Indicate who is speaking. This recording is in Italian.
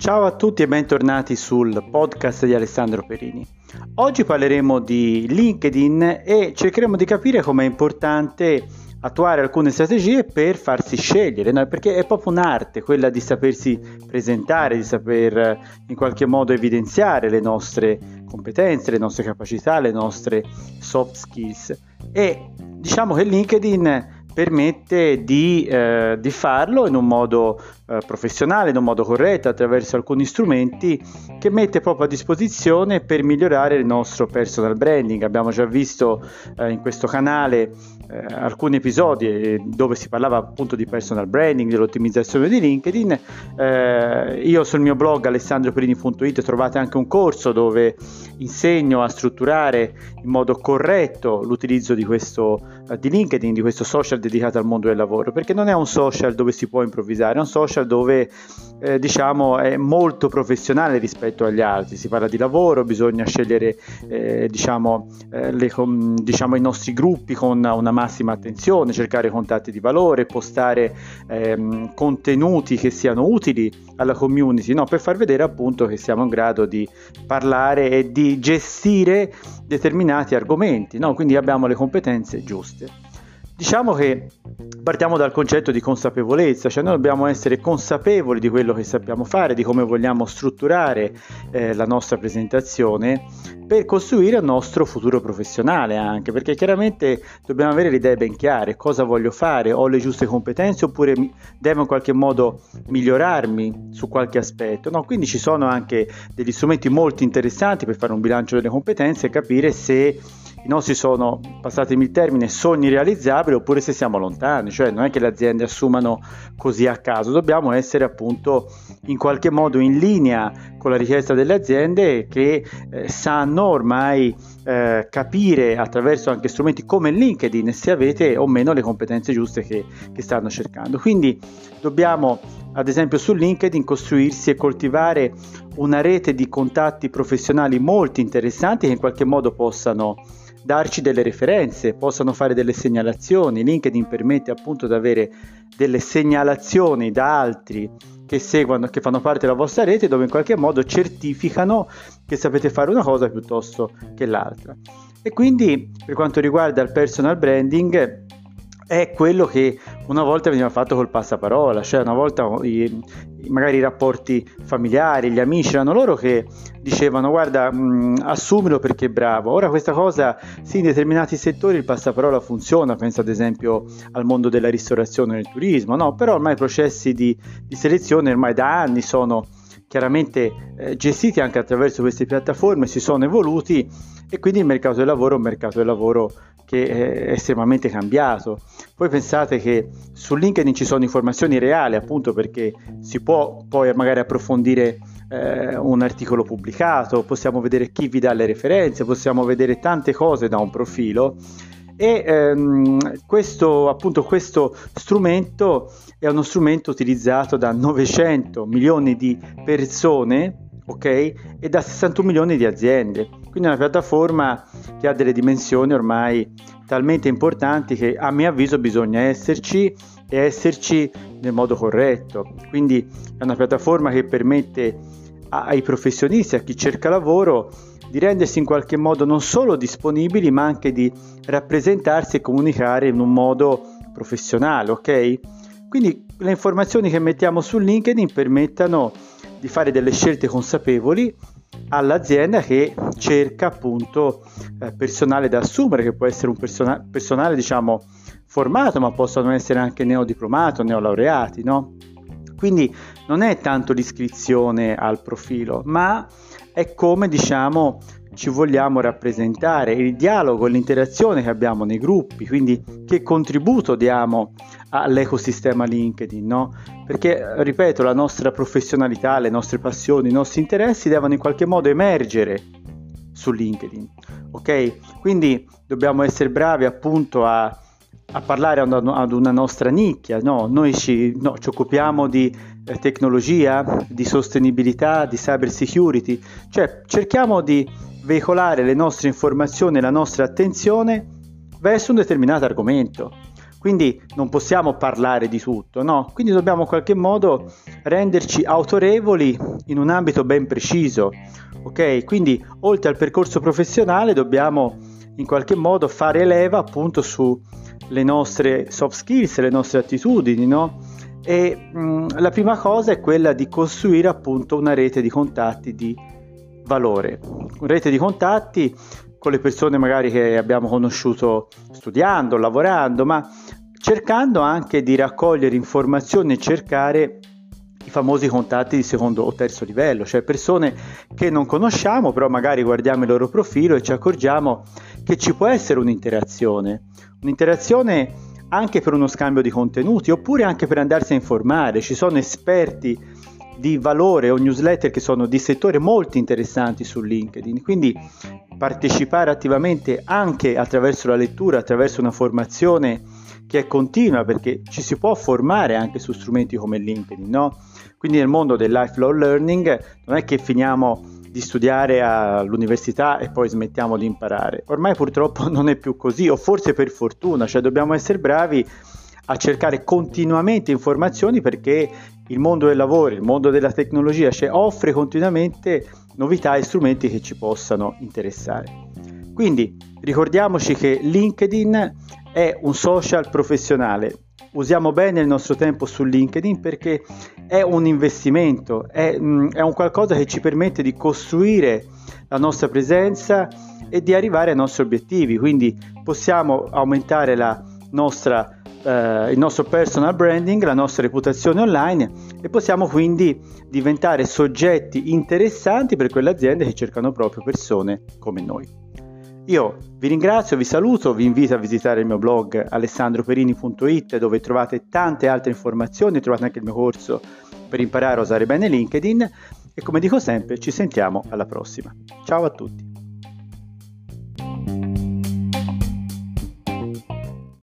Speaker 1: Ciao a tutti e bentornati sul podcast di Alessandro Perini. Oggi parleremo di LinkedIn e cercheremo di capire com'è importante attuare alcune strategie per farsi scegliere, no? Perché è proprio un'arte quella di sapersi presentare, di saper in qualche modo evidenziare le nostre competenze, le nostre capacità, le nostre soft skills. E diciamo che LinkedIn permette di farlo in un modo professionale, in un modo corretto, attraverso alcuni strumenti che mette proprio a disposizione per migliorare il nostro personal branding. Abbiamo già visto in questo canale alcuni episodi dove si parlava appunto di personal branding, dell'ottimizzazione di LinkedIn. Io sul mio blog alessandroperini.it trovate anche un corso dove insegno a strutturare in modo corretto l'utilizzo di LinkedIn, di questo social dedicato al mondo del lavoro, perché non è un social dove si può improvvisare, è un social dove è molto professionale rispetto agli altri. Si parla di lavoro, bisogna scegliere i nostri gruppi con una massima attenzione, cercare contatti di valore, postare contenuti che siano utili alla community, no? Per far vedere appunto che siamo in grado di parlare e di gestire determinati argomenti, no? Quindi abbiamo le competenze giuste. Diciamo che partiamo dal concetto di consapevolezza, cioè noi dobbiamo essere consapevoli di quello che sappiamo fare, di come vogliamo strutturare la nostra presentazione per costruire il nostro futuro professionale anche, perché chiaramente dobbiamo avere le idee ben chiare, cosa voglio fare, ho le giuste competenze oppure devo in qualche modo migliorarmi su qualche aspetto, no? Quindi ci sono anche degli strumenti molto interessanti per fare un bilancio delle competenze e capire se i nostri sono, passatemi il termine, sogni realizzabili oppure se siamo lontani, cioè non è che le aziende assumano così a caso, dobbiamo essere appunto in qualche modo in linea con la richiesta delle aziende che sanno ormai capire attraverso anche strumenti come LinkedIn se avete o meno le competenze giuste che stanno cercando. Quindi dobbiamo ad esempio su LinkedIn costruirsi e coltivare una rete di contatti professionali molto interessanti che in qualche modo possano darci delle referenze, possano fare delle segnalazioni. LinkedIn permette appunto di avere delle segnalazioni da altri che seguono, che fanno parte della vostra rete, dove in qualche modo certificano che sapete fare una cosa piuttosto che l'altra. E quindi per quanto riguarda il personal branding è quello che una volta veniva fatto col passaparola, cioè una volta magari i rapporti familiari, gli amici erano loro che dicevano guarda assumilo perché è bravo. Ora questa cosa sì, in determinati settori il passaparola funziona, penso ad esempio al mondo della ristorazione e del turismo, no? Però ormai i processi di selezione ormai da anni sono chiaramente gestiti anche attraverso queste piattaforme, si sono evoluti e quindi il mercato del lavoro è un mercato del lavoro che è estremamente cambiato. Poi pensate che su LinkedIn ci sono informazioni reali, appunto perché si può poi magari approfondire un articolo pubblicato, possiamo vedere chi vi dà le referenze, possiamo vedere tante cose da un profilo e questo strumento è uno strumento utilizzato da 900 milioni di persone, ok? E da 61 milioni di aziende. Quindi è una piattaforma che ha delle dimensioni ormai talmente importanti che a mio avviso bisogna esserci e esserci nel modo corretto. Quindi è una piattaforma che permette ai professionisti, a chi cerca lavoro, di rendersi in qualche modo non solo disponibili ma anche di rappresentarsi e comunicare in un modo professionale, ok? Quindi le informazioni che mettiamo su LinkedIn permettano di fare delle scelte consapevoli all'azienda che cerca appunto personale da assumere, che può essere un personale diciamo formato, ma possono essere anche neodiplomato, neolaureati, no? Quindi non è tanto l'iscrizione al profilo, ma è come diciamo ci vogliamo rappresentare, il dialogo, l'interazione che abbiamo nei gruppi, quindi che contributo diamo all'ecosistema LinkedIn, no? Perché, ripeto, la nostra professionalità, le nostre passioni, i nostri interessi devono in qualche modo emergere su LinkedIn, ok? Quindi dobbiamo essere bravi appunto a parlare ad una nostra nicchia, no? Noi ci occupiamo di tecnologia, di sostenibilità, di cyber security, cioè cerchiamo di veicolare le nostre informazioni e la nostra attenzione verso un determinato argomento. quindi non possiamo parlare di tutto, no? Quindi dobbiamo in qualche modo renderci autorevoli in un ambito ben preciso, ok? Quindi oltre al percorso professionale dobbiamo in qualche modo fare leva appunto sulle nostre soft skills, le nostre attitudini, no? E la prima cosa è quella di costruire appunto una rete di contatti di valore, una rete di contatti con le persone magari che abbiamo conosciuto studiando, lavorando, ma cercando anche di raccogliere informazioni e cercare i famosi contatti di secondo o terzo livello, cioè persone che non conosciamo, però magari guardiamo il loro profilo e ci accorgiamo che ci può essere un'interazione anche per uno scambio di contenuti, oppure anche per andarsi a informare. Ci sono esperti di valore o newsletter che sono di settore molto interessanti su LinkedIn, quindi partecipare attivamente anche attraverso la lettura, attraverso una formazione che è continua, perché ci si può formare anche su strumenti come LinkedIn, no? Quindi nel mondo del lifelong learning non è che finiamo di studiare all'università e poi smettiamo di imparare. Ormai purtroppo non è più così, o forse per fortuna, cioè dobbiamo essere bravi a cercare continuamente informazioni, perché il mondo del lavoro, il mondo della tecnologia, cioè offre continuamente novità e strumenti che ci possano interessare. Quindi ricordiamoci che LinkedIn è un social professionale. Usiamo bene il nostro tempo su LinkedIn perché è un investimento, è un qualcosa che ci permette di costruire la nostra presenza e di arrivare ai nostri obiettivi. Quindi possiamo aumentare il nostro personal branding, la nostra reputazione online, e possiamo quindi diventare soggetti interessanti per quelle aziende che cercano proprio persone come noi. Io vi ringrazio, vi saluto, vi invito a visitare il mio blog alessandroperini.it, dove trovate tante altre informazioni, trovate anche il mio corso per imparare a usare bene LinkedIn, e come dico sempre ci sentiamo alla prossima. Ciao a tutti!